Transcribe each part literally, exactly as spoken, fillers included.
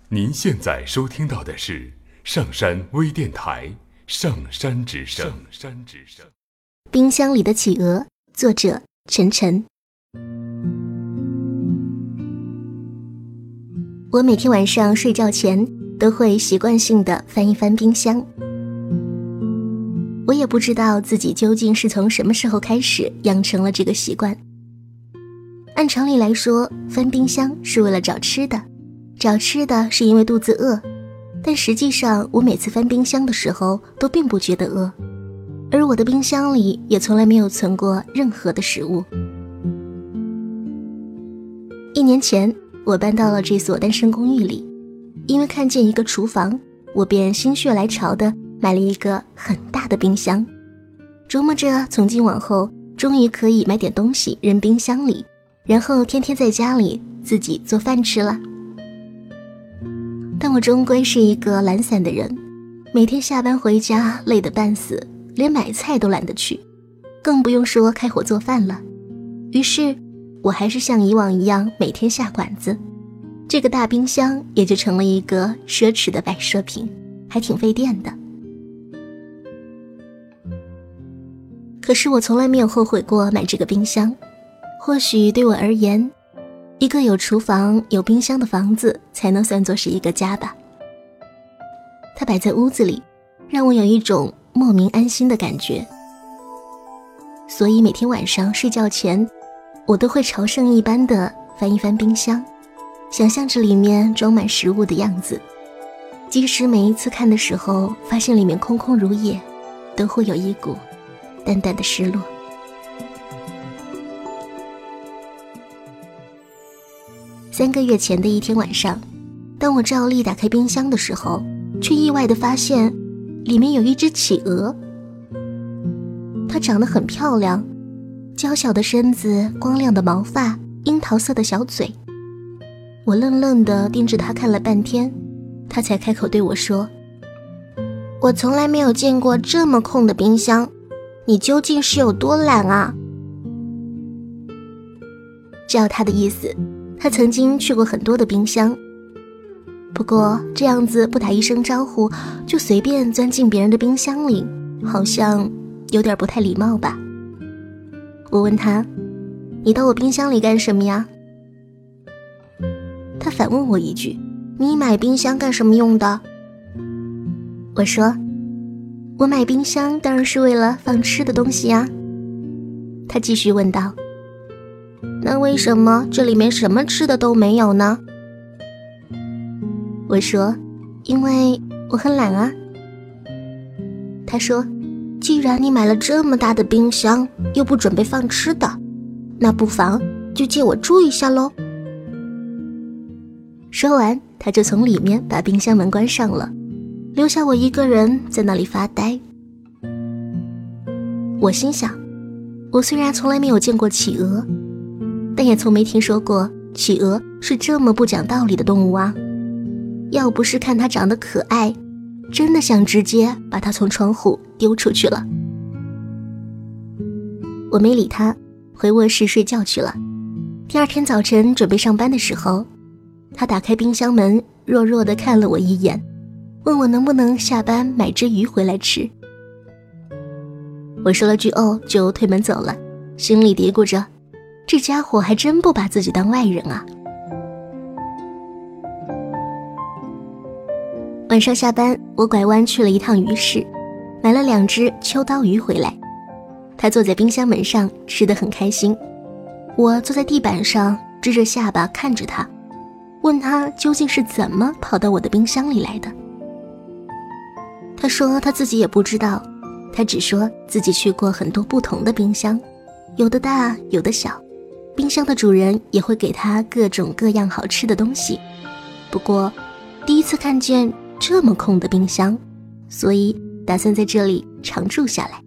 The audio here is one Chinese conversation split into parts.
您现在收听到的是上山微电台上山之声。上山之声。 冰箱里的企鹅，作者陈晨。我每天晚上睡觉前都会习惯性地翻一翻冰箱。我也不知道自己究竟是从什么时候开始养成了这个习惯。按常理来说，翻冰箱是为了找吃的，找吃的是因为肚子饿，但实际上我每次翻冰箱的时候都并不觉得饿，而我的冰箱里也从来没有存过任何的食物。一年前，我搬到了这所单身公寓里，因为看见一个厨房，我便心血来潮地买了一个很大的冰箱，琢磨着从今往后终于可以买点东西扔冰箱里，然后天天在家里自己做饭吃了。但我终归是一个懒散的人，每天下班回家累得半死，连买菜都懒得去，更不用说开火做饭了。于是我还是像以往一样每天下馆子，这个大冰箱也就成了一个奢侈的摆设品，还挺费电的。可是我从来没有后悔过买这个冰箱，或许对我而言，一个有厨房有冰箱的房子才能算作是一个家吧。它摆在屋子里，让我有一种莫名安心的感觉。所以每天晚上睡觉前，我都会朝圣一般的翻一翻冰箱，想象着里面装满食物的样子。即使每一次看的时候发现里面空空如也，都会有一股淡淡的失落。三个月前的一天晚上，当我照例打开冰箱的时候，却意外地发现里面有一只企鹅。它长得很漂亮，娇小的身子，光亮的毛发，樱桃色的小嘴。我愣愣地盯着它看了半天，它才开口对我说：我从来没有见过这么空的冰箱，你究竟是有多懒啊？照它的意思，他曾经去过很多的冰箱，不过这样子不打一声招呼就随便钻进别人的冰箱里，好像有点不太礼貌吧。我问他：你到我冰箱里干什么呀？他反问我一句：你买冰箱干什么用的？我说：我买冰箱当然是为了放吃的东西呀。他继续问道：那为什么这里面什么吃的都没有呢？我说：因为我很懒啊。他说：既然你买了这么大的冰箱，又不准备放吃的，那不妨就借我住一下咯。说完，他就从里面把冰箱门关上了，留下我一个人在那里发呆。我心想，我虽然从来没有见过企鹅，但也从没听说过企鹅是这么不讲道理的动物啊！要不是看它长得可爱，真的想直接把它从窗户丢出去了。我没理它，回卧室睡觉去了。第二天早晨准备上班的时候，它打开冰箱门，弱弱地看了我一眼，问我能不能下班买只鱼回来吃。我说了句哦，就推门走了，心里嘀咕着，这家伙还真不把自己当外人啊。晚上下班，我拐弯去了一趟鱼市，买了两只秋刀鱼回来。他坐在冰箱门上，吃得很开心。我坐在地板上，支着下巴看着他，问他究竟是怎么跑到我的冰箱里来的。他说他自己也不知道，他只说自己去过很多不同的冰箱，有的大，有的小，冰箱的主人也会给他各种各样好吃的东西。不过第一次看见这么空的冰箱，所以打算在这里常住下来。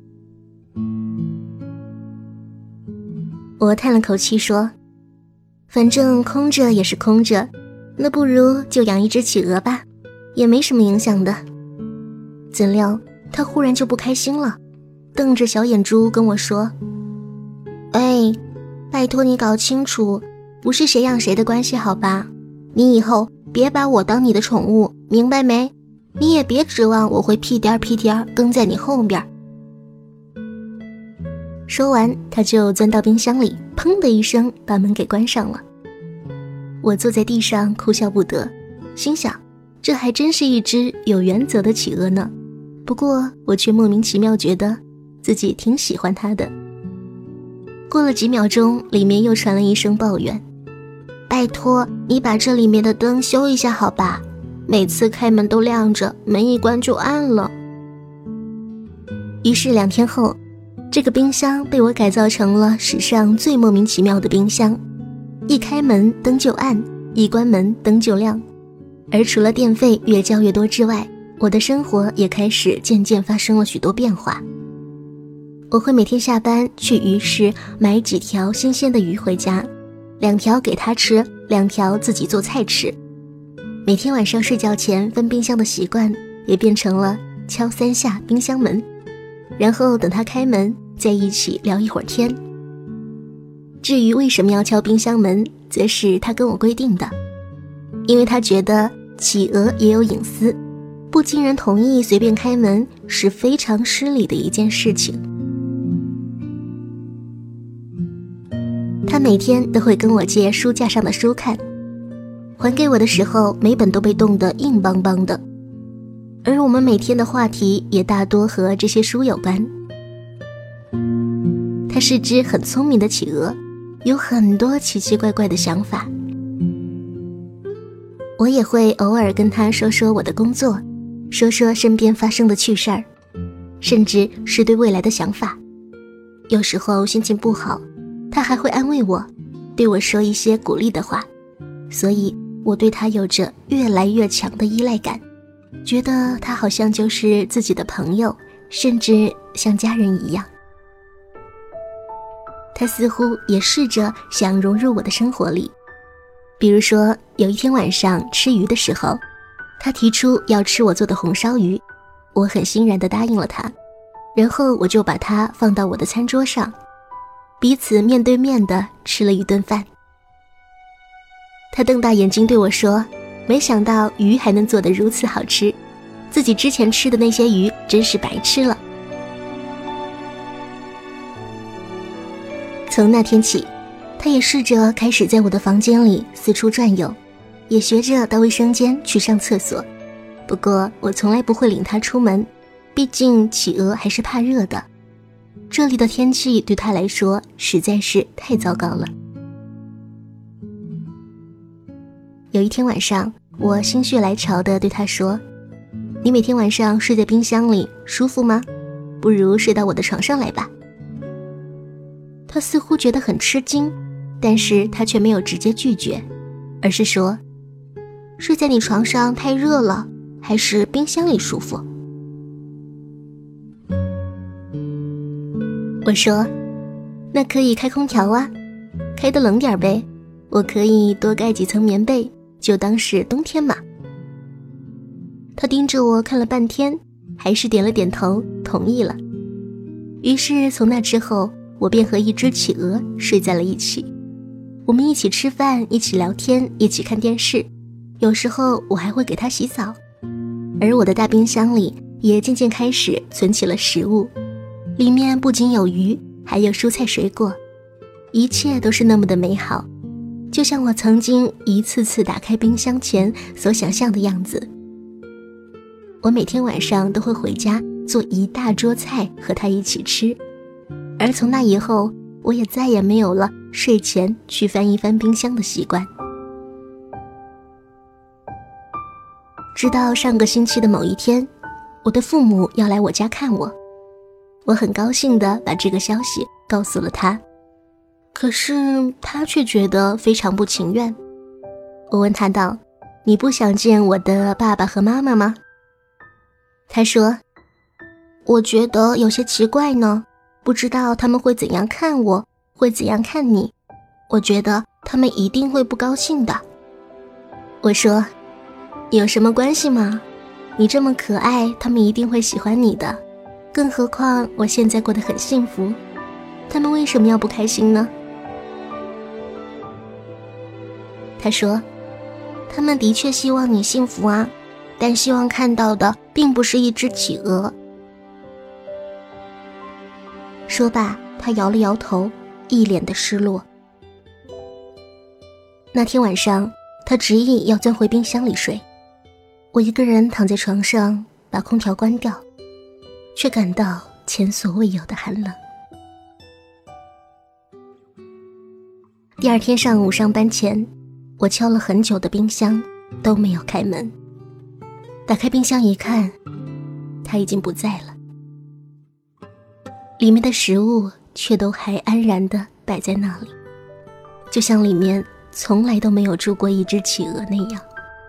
我叹了口气说，反正空着也是空着，那不如就养一只企鹅吧，也没什么影响的。怎料他忽然就不开心了，瞪着小眼珠跟我说：哎，拜托你搞清楚，不是谁养谁的关系好吧？你以后别把我当你的宠物，明白没？你也别指望我会屁颠儿屁颠儿跟在你后边。说完，他就钻到冰箱里，砰的一声把门给关上了。我坐在地上哭笑不得，心想，这还真是一只有原则的企鹅呢。不过我却莫名其妙觉得自己挺喜欢它的。过了几秒钟，里面又传了一声抱怨，拜托你把这里面的灯修一下好吧，每次开门都亮着，门一关就暗了。于是两天后，这个冰箱被我改造成了史上最莫名其妙的冰箱，一开门灯就暗，一关门灯就亮。而除了电费越交越多之外，我的生活也开始渐渐发生了许多变化。我会每天下班去鱼市买几条新鲜的鱼回家，两条给他吃，两条自己做菜吃。每天晚上睡觉前翻冰箱的习惯也变成了敲三下冰箱门，然后等他开门再一起聊一会儿天。至于为什么要敲冰箱门，则是他跟我规定的，因为他觉得企鹅也有隐私，不经人同意随便开门是非常失礼的一件事情。他每天都会跟我借书架上的书看，还给我的时候每本都被冻得硬邦邦的，而我们每天的话题也大多和这些书有关。他是只很聪明的企鹅，有很多奇奇怪怪的想法。我也会偶尔跟他说说我的工作，说说身边发生的趣事儿，甚至是对未来的想法。有时候心情不好，他还会安慰我，对我说一些鼓励的话，所以我对他有着越来越强的依赖感，觉得他好像就是自己的朋友，甚至像家人一样。他似乎也试着想融入我的生活里，比如说有一天晚上吃鱼的时候，他提出要吃我做的红烧鱼，我很欣然地答应了他，然后我就把它放到我的餐桌上，彼此面对面地吃了一顿饭。他瞪大眼睛对我说，没想到鱼还能做得如此好吃，自己之前吃的那些鱼真是白吃了。从那天起，他也试着开始在我的房间里四处转悠，也学着到卫生间去上厕所。不过我从来不会领他出门，毕竟企鹅还是怕热的，这里的天气对他来说实在是太糟糕了。有一天晚上，我心血来潮地对他说，你每天晚上睡在冰箱里舒服吗？不如睡到我的床上来吧。他似乎觉得很吃惊，但是他却没有直接拒绝，而是说，睡在你床上太热了，还是冰箱里舒服。我说，那可以开空调啊，开得冷点呗，我可以多盖几层棉被，就当是冬天嘛。他盯着我看了半天，还是点了点头，同意了。于是从那之后，我便和一只企鹅睡在了一起，我们一起吃饭，一起聊天，一起看电视，有时候我还会给它洗澡。而我的大冰箱里也渐渐开始存起了食物，里面不仅有鱼，还有蔬菜水果，一切都是那么的美好，就像我曾经一次次打开冰箱前所想象的样子。我每天晚上都会回家做一大桌菜和他一起吃，而从那以后，我也再也没有了睡前去翻一翻冰箱的习惯。直到上个星期的某一天，我的父母要来我家看我，我很高兴地把这个消息告诉了他，可是他却觉得非常不情愿。我问他道，你不想见我的爸爸和妈妈吗？他说，我觉得有些奇怪呢，不知道他们会怎样看我，会怎样看你，我觉得他们一定会不高兴的。我说，有什么关系吗？你这么可爱，他们一定会喜欢你的，更何况我现在过得很幸福，他们为什么要不开心呢？他说， 他们的确希望你幸福啊，但希望看到的并不是一只企鹅。说罢，他摇了摇头，一脸的失落。那天晚上，他执意要钻回冰箱里睡。我一个人躺在床上，把空调关掉，却感到前所未有的寒冷。第二天上午上班前，我敲了很久的冰箱都没有开门。打开冰箱一看，它已经不在了，里面的食物却都还安然地摆在那里，就像里面从来都没有住过一只企鹅那样。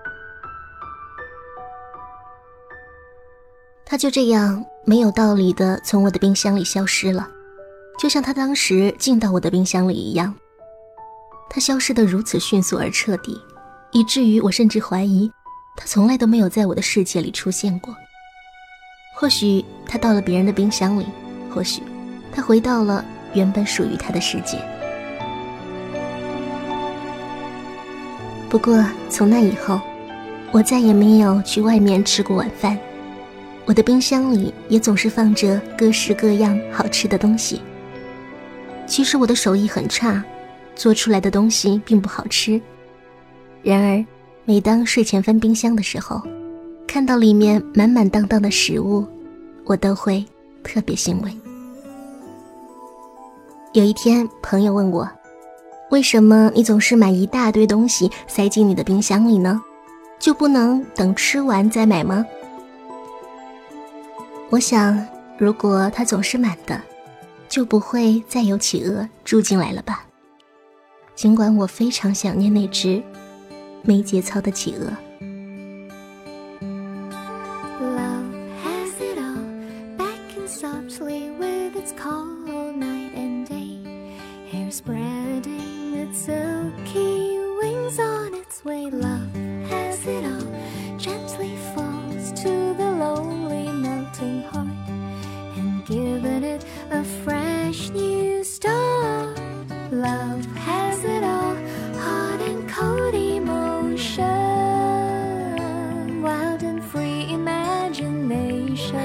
它就这样没有道理地从我的冰箱里消失了，就像它当时进到我的冰箱里一样。它消失得如此迅速而彻底，以至于我甚至怀疑它从来都没有在我的世界里出现过。或许它到了别人的冰箱里，或许它回到了原本属于它的世界。不过从那以后，我再也没有去外面吃过晚饭，我的冰箱里也总是放着各式各样好吃的东西。其实我的手艺很差，做出来的东西并不好吃。然而每当睡前翻冰箱的时候，看到里面满满当当的食物，我都会特别欣慰。有一天，朋友问我，为什么你总是买一大堆东西塞进你的冰箱里呢？就不能等吃完再买吗？我想，如果它总是满的，就不会再有企鹅住进来了吧。尽管我非常想念那只没节操的企鹅。 Spreading its silky wings on its way, love has it all, gently falls to the lonely melting heart, and given it a fresh new start. Love has it all, hot and cold emotion, wild and free imagination.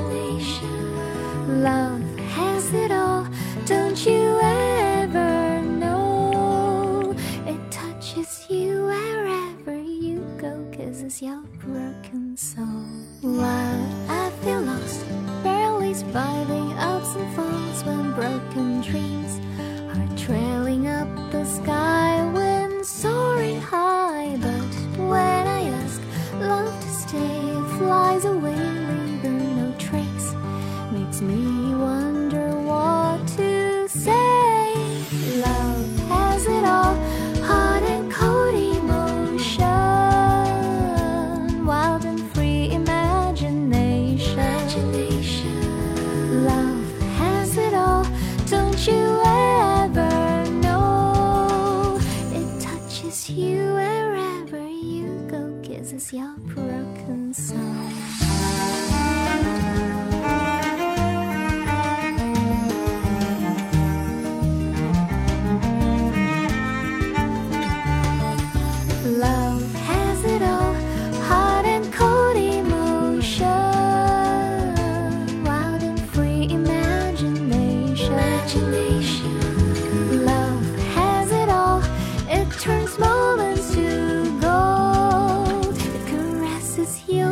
Love has it all, don't you ever know? It touches you wherever you go, 'cause it's your broken soul. While I feel lost, barely surviving ups and falls, when broken dreams are trailing up the sky when soaring high. But when I ask love to stay, it flies away, leaving no trace, makes me wonder what to say. Love has it all, hot and cold emotion, wild and free imagination. Love has it all, don't you ever know? It touches you wherever you go, 'cause it's your broken soul. Love has it all, hot and cold emotion, wild and free imagination. Love has it all, it turns moments to gold, it caresses you